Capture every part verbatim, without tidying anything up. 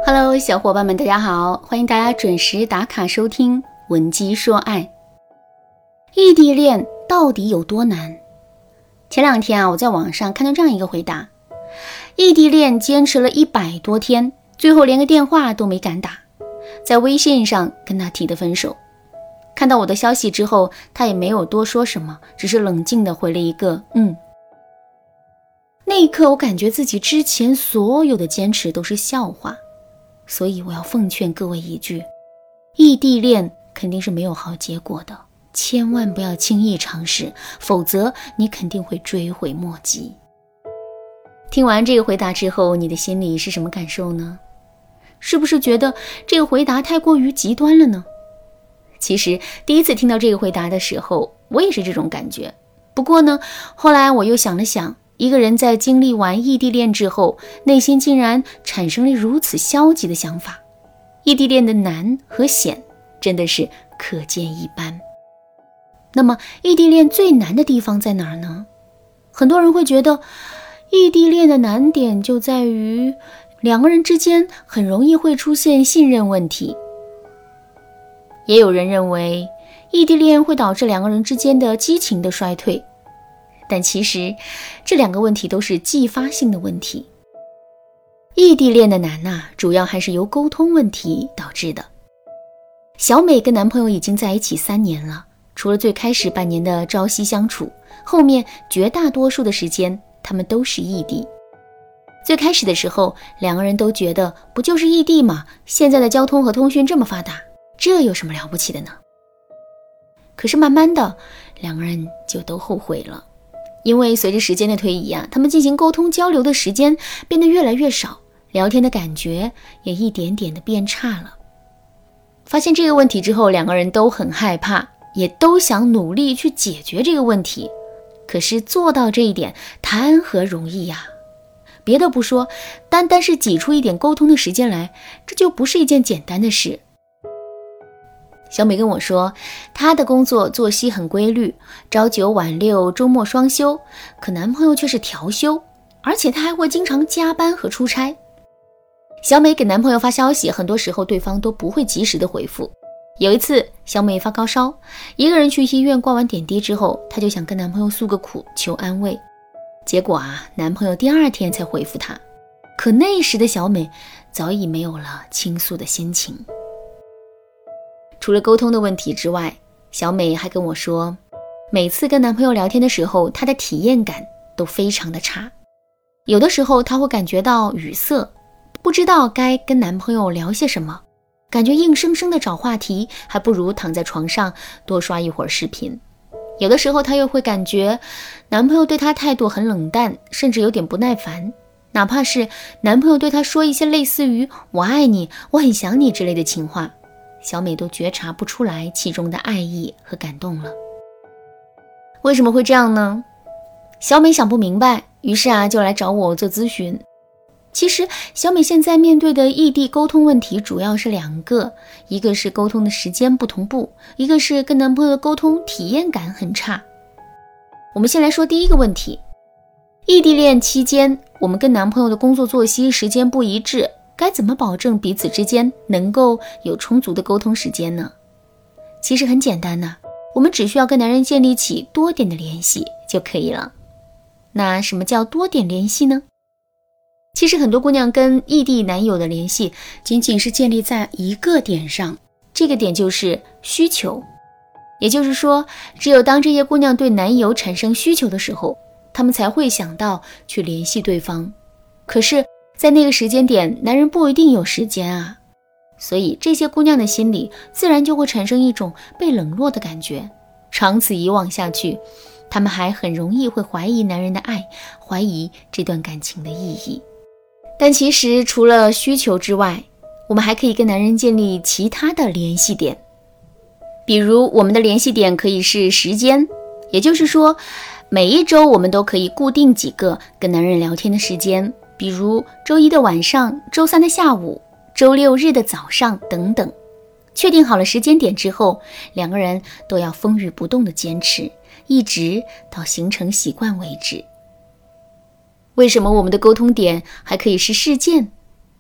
Hello， 小伙伴们，大家好，欢迎大家准时打卡收听文姬说爱。异地恋到底有多难？前两天啊，我在网上看到这样一个回答：异地恋坚持了一百多天，最后连个电话都没敢打，在微信上跟他提的分手。看到我的消息之后，他也没有多说什么，只是冷静地回了一个嗯。那一刻，我感觉自己之前所有的坚持都是笑话。所以我要奉劝各位一句，异地恋肯定是没有好结果的，千万不要轻易尝试，否则你肯定会追悔莫及。听完这个回答之后，你的心里是什么感受呢？是不是觉得这个回答太过于极端了呢？其实第一次听到这个回答的时候，我也是这种感觉。不过呢，后来我又想了想，一个人在经历完异地恋之后，内心竟然产生了如此消极的想法。异地恋的难和险真的是可见一斑。那么异地恋最难的地方在哪儿呢？很多人会觉得异地恋的难点就在于两个人之间很容易会出现信任问题。也有人认为异地恋会导致两个人之间的激情的衰退。但其实这两个问题都是继发性的问题。异地恋的难啊，主要还是由沟通问题导致的。小美跟男朋友已经在一起三年了，除了最开始半年的朝夕相处，后面绝大多数的时间他们都是异地。最开始的时候，两个人都觉得不就是异地吗？现在的交通和通讯这么发达，这有什么了不起的呢？可是慢慢的，两个人就都后悔了。因为随着时间的推移啊，他们进行沟通交流的时间变得越来越少，聊天的感觉也一点点的变差了。发现这个问题之后，两个人都很害怕，也都想努力去解决这个问题。可是做到这一点谈何容易呀？别的不说，单单是挤出一点沟通的时间来，这就不是一件简单的事。小美跟我说，她的工作作息很规律，朝九晚六，周末双休，可男朋友却是调休，而且他还会经常加班和出差。小美给男朋友发消息，很多时候对方都不会及时的回复。有一次，小美发高烧，一个人去医院挂完点滴之后，她就想跟男朋友诉个苦，求安慰。结果啊，男朋友第二天才回复她，可那时的小美早已没有了倾诉的心情。除了沟通的问题之外，小美还跟我说，每次跟男朋友聊天的时候，她的体验感都非常的差。有的时候她会感觉到语塞，不知道该跟男朋友聊些什么，感觉硬生生的找话题，还不如躺在床上多刷一会儿视频。有的时候她又会感觉男朋友对她态度很冷淡，甚至有点不耐烦，哪怕是男朋友对她说一些类似于我爱你，我很想你之类的情话，小美都觉察不出来其中的爱意和感动了。为什么会这样呢？小美想不明白，于是啊就来找我做咨询。其实小美现在面对的异地沟通问题主要是两个，一个是沟通的时间不同步，一个是跟男朋友的沟通体验感很差。我们先来说第一个问题，异地恋期间我们跟男朋友的工作作息时间不一致，该怎么保证彼此之间能够有充足的沟通时间呢？其实很简单呐、啊，我们只需要跟男人建立起多点的联系就可以了。那什么叫多点联系呢？其实很多姑娘跟异地男友的联系仅仅是建立在一个点上，这个点就是需求。也就是说，只有当这些姑娘对男友产生需求的时候，她们才会想到去联系对方。可是在那个时间点，男人不一定有时间啊，所以这些姑娘的心里自然就会产生一种被冷落的感觉。长此以往下去，她们还很容易会怀疑男人的爱，怀疑这段感情的意义。但其实除了需求之外，我们还可以跟男人建立其他的联系点。比如我们的联系点可以是时间，也就是说每一周我们都可以固定几个跟男人聊天的时间，比如周一的晚上，周三的下午，周六日的早上等等。确定好了时间点之后，两个人都要风雨不动的坚持，一直到形成习惯为止。为什么我们的沟通点还可以是事件？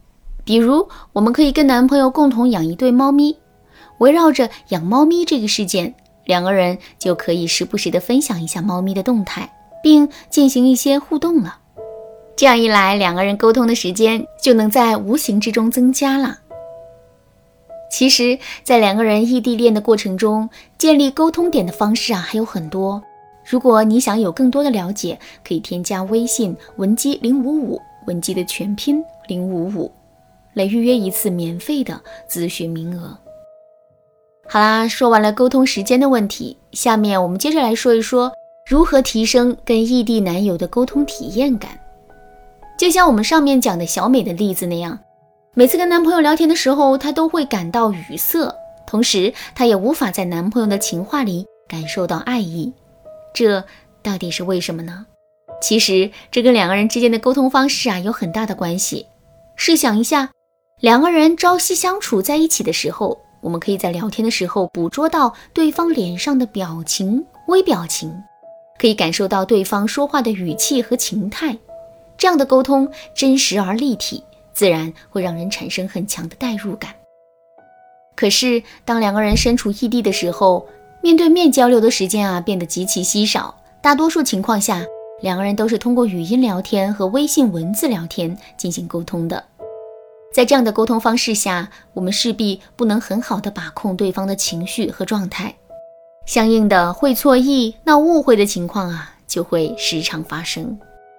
比如，我们可以跟男朋友共同养一对猫咪，围绕着养猫咪这个事件，两个人就可以时不时地分享一下猫咪的动态，并进行一些互动了。这样一来，两个人沟通的时间就能在无形之中增加了。其实，在两个人异地恋的过程中，建立沟通点的方式啊还有很多。如果你想有更多的了解，可以添加微信文姬零五五，文姬的全拼零五五，来预约一次免费的咨询名额。好啦，说完了沟通时间的问题，下面我们接着来说一说如何提升跟异地男友的沟通体验感。就像我们上面讲的小美的例子那样，每次跟男朋友聊天的时候，她都会感到语塞，同时她也无法在男朋友的情话里感受到爱意。这到底是为什么呢？其实这跟两个人之间的沟通方式啊有很大的关系。试想一下，两个人朝夕相处在一起的时候，我们可以在聊天的时候捕捉到对方脸上的表情、微表情，可以感受到对方说话的语气和情态。这样的沟通真实而立体，自然会让人产生很强的代入感。可是当两个人身处异地的时候，面对面交流的时间啊变得极其稀少，大多数情况下，两个人都是通过语音聊天和微信文字聊天进行沟通的。在这样的沟通方式下，我们势必不能很好地把控对方的情绪和状态，相应的会错意、闹误会的情况啊就会时常发生。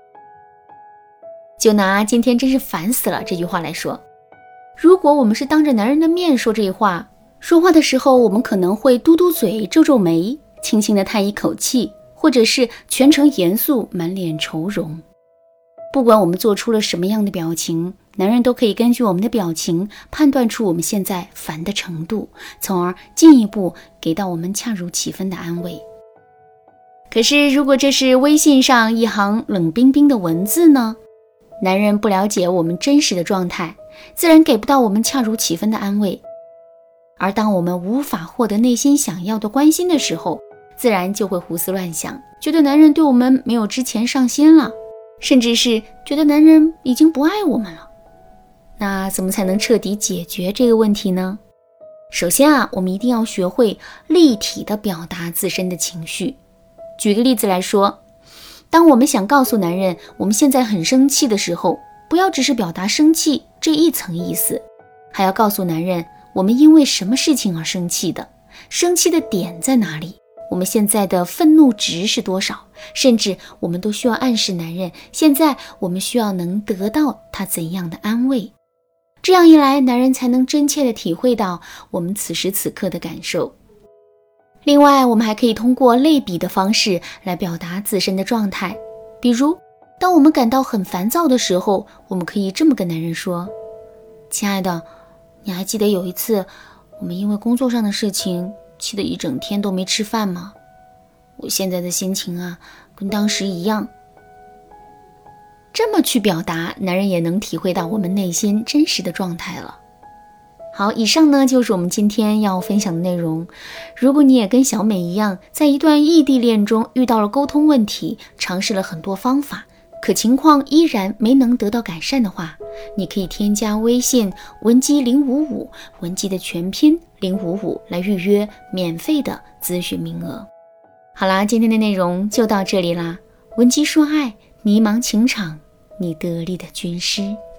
就拿今天真是烦死了这句话来说，如果我们是当着男人的面说这话，说话的时候我们可能会嘟嘟嘴、皱皱眉、轻轻地叹一口气，或者是全程严肃、满脸愁容。不管我们做出了什么样的表情，男人都可以根据我们的表情判断出我们现在烦的程度，从而进一步给到我们恰如其分的安慰。可是如果这是微信上一行冷冰冰的文字呢？男人不了解我们真实的状态，自然给不到我们恰如其分的安慰。而当我们无法获得内心想要的关心的时候，自然就会胡思乱想，觉得男人对我们没有之前上心了，甚至是觉得男人已经不爱我们了。那怎么才能彻底解决这个问题呢？首先啊，我们一定要学会立体地表达自身的情绪。举个例子来说，当我们想告诉男人我们现在很生气的时候，不要只是表达生气这一层意思，还要告诉男人我们因为什么事情而生气的，生气的点在哪里，我们现在的愤怒值是多少，甚至我们都需要暗示男人现在我们需要能得到他怎样的安慰。这样一来，男人才能真切地体会到我们此时此刻的感受。另外，我们还可以通过类比的方式来表达自身的状态。比如，当我们感到很烦躁的时候，我们可以这么跟男人说：亲爱的，你还记得有一次我们因为工作上的事情气得一整天都没吃饭吗？我现在的心情啊，跟当时一样。这么去表达，男人也能体会到我们内心真实的状态了。好，以上呢就是我们今天要分享的内容。如果你也跟小美一样，在一段异地恋中遇到了沟通问题，尝试了很多方法，可情况依然没能得到改善的话，你可以添加微信文姬零五五，文姬的全拼零五五来预约免费的咨询名额。好啦，今天的内容就到这里啦。文姬说爱，迷茫情场，你得力的军师。